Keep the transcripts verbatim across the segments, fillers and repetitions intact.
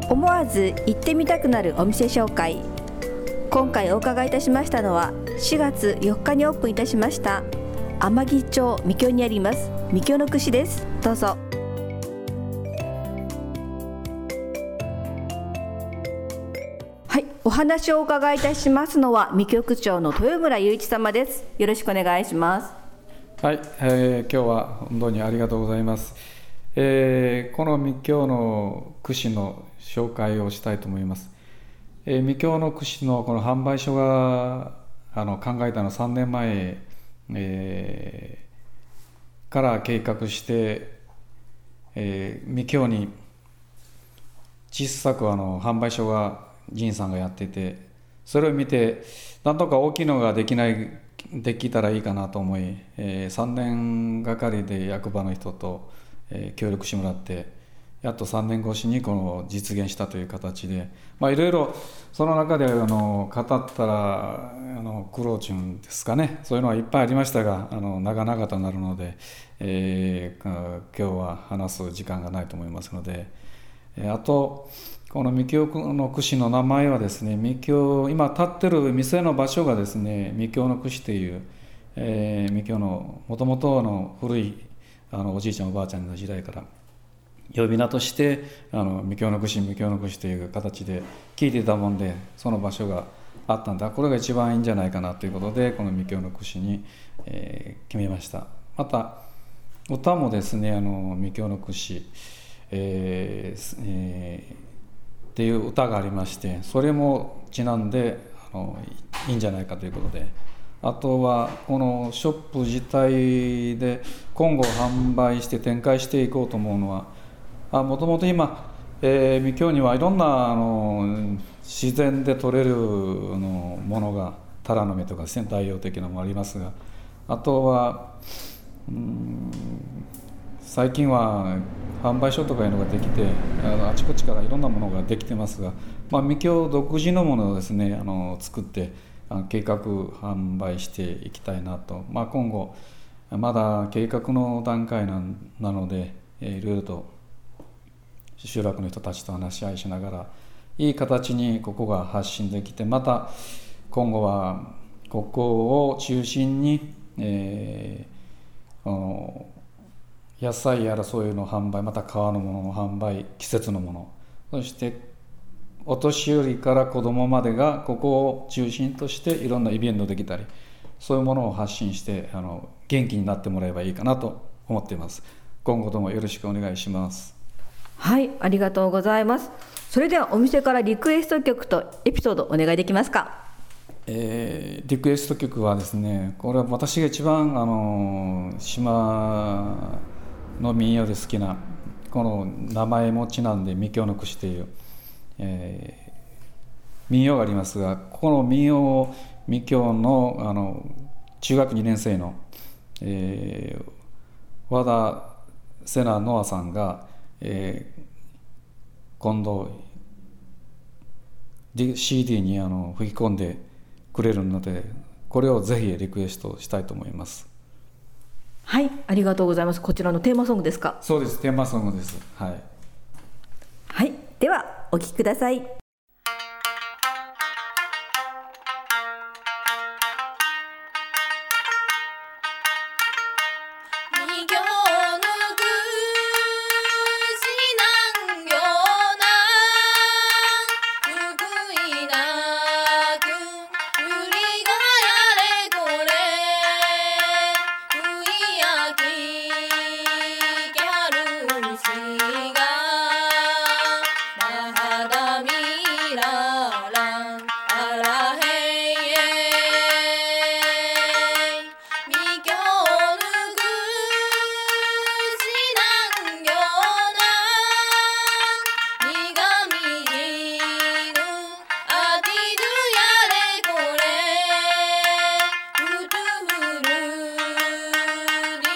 思わず行ってみたくなるお店紹介。今回お伺いいたしましたのはしがつよっかにオープンいたしました天城町三郷にあります三郷の串です。どうぞ。はい、お話をお伺いいたしますのは三郷区長の豊村雄一様です。よろしくお願いします。 はい、えー、今日は本当にありがとうございます。えー、この三郷の串の紹介をしたいと思います。えー、三郷の串のこの販売所があの考えたのはさんねんまえ、えー、から計画して、えー、三郷に小さくあの販売所が仁さんがやってて、それを見てなんとか大きいのができないできたらいいかなと思い、えー、さんねんがかりで役場の人と、えー、協力してもらってやっとさんねん越しにこの実現したという形で、まあ、いろいろその中であの語ったらあの苦労中ですかね、そういうのはいっぱいありましたが、あの長々となるので、えー、今日は話す時間がないと思いますので、あとこの三郷の串の名前はですね、三郷今立ってる店の場所がですね、三郷の串という、えー、三郷のもともとの古いあのおじいちゃんおばあちゃんの時代から呼び名としてあの三郷の串三郷の串という形で聞いていたもんで、その場所があったんだ、これが一番いいんじゃないかなということでこの三郷の串に、えー、決めました。また歌もですね、あの三郷の串、えーえー、っていう歌がありまして、それもちなんであのいいんじゃないかということで、あとはこのショップ自体で今後販売して展開していこうと思うのは、もともと今、えー、三郷にはいろんなあの自然で採れるのものがタラの芽とかですね、代用的なのもありますが、あとはうーん最近は販売所とかいうのができて、あのあちこちからいろんなものができてますが、まあ、三郷独自のものをですねあの作ってあの計画販売していきたいなと、まあ、今後まだ計画の段階 な, なので、えー、いろいろと集落の人たちと話し合いしながらいい形にここが発信できて、また今後はここを中心に、えー、あの野菜やらそういうの販売、また皮のものの販売、季節のもの、そしてお年寄りから子どもまでがここを中心としていろんなイベントできたり、そういうものを発信してあの元気になってもらえばいいかなと思っています。今後ともよろしくお願いします。 はい、ありがとうございます。それではお店からリクエスト曲とエピソードお願いできますか。 えー、リクエスト曲はですね、これは私が一番あの島の民謡で好きな、この名前もちなんで三郷の串という、えー、民謡がありますが、この民謡を三郷 の, あの中学にねん生の、えー、和田瀬名ノアさんが、えー、今度 シーディー にあの吹き込んでくれるので、これをぜひリクエストしたいと思います。 はい、ありがとうございます。こちらのテーマソングですか。 そうです、テーマソングです。はい、 はい、ではお聴きください。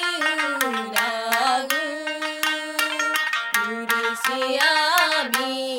しやみ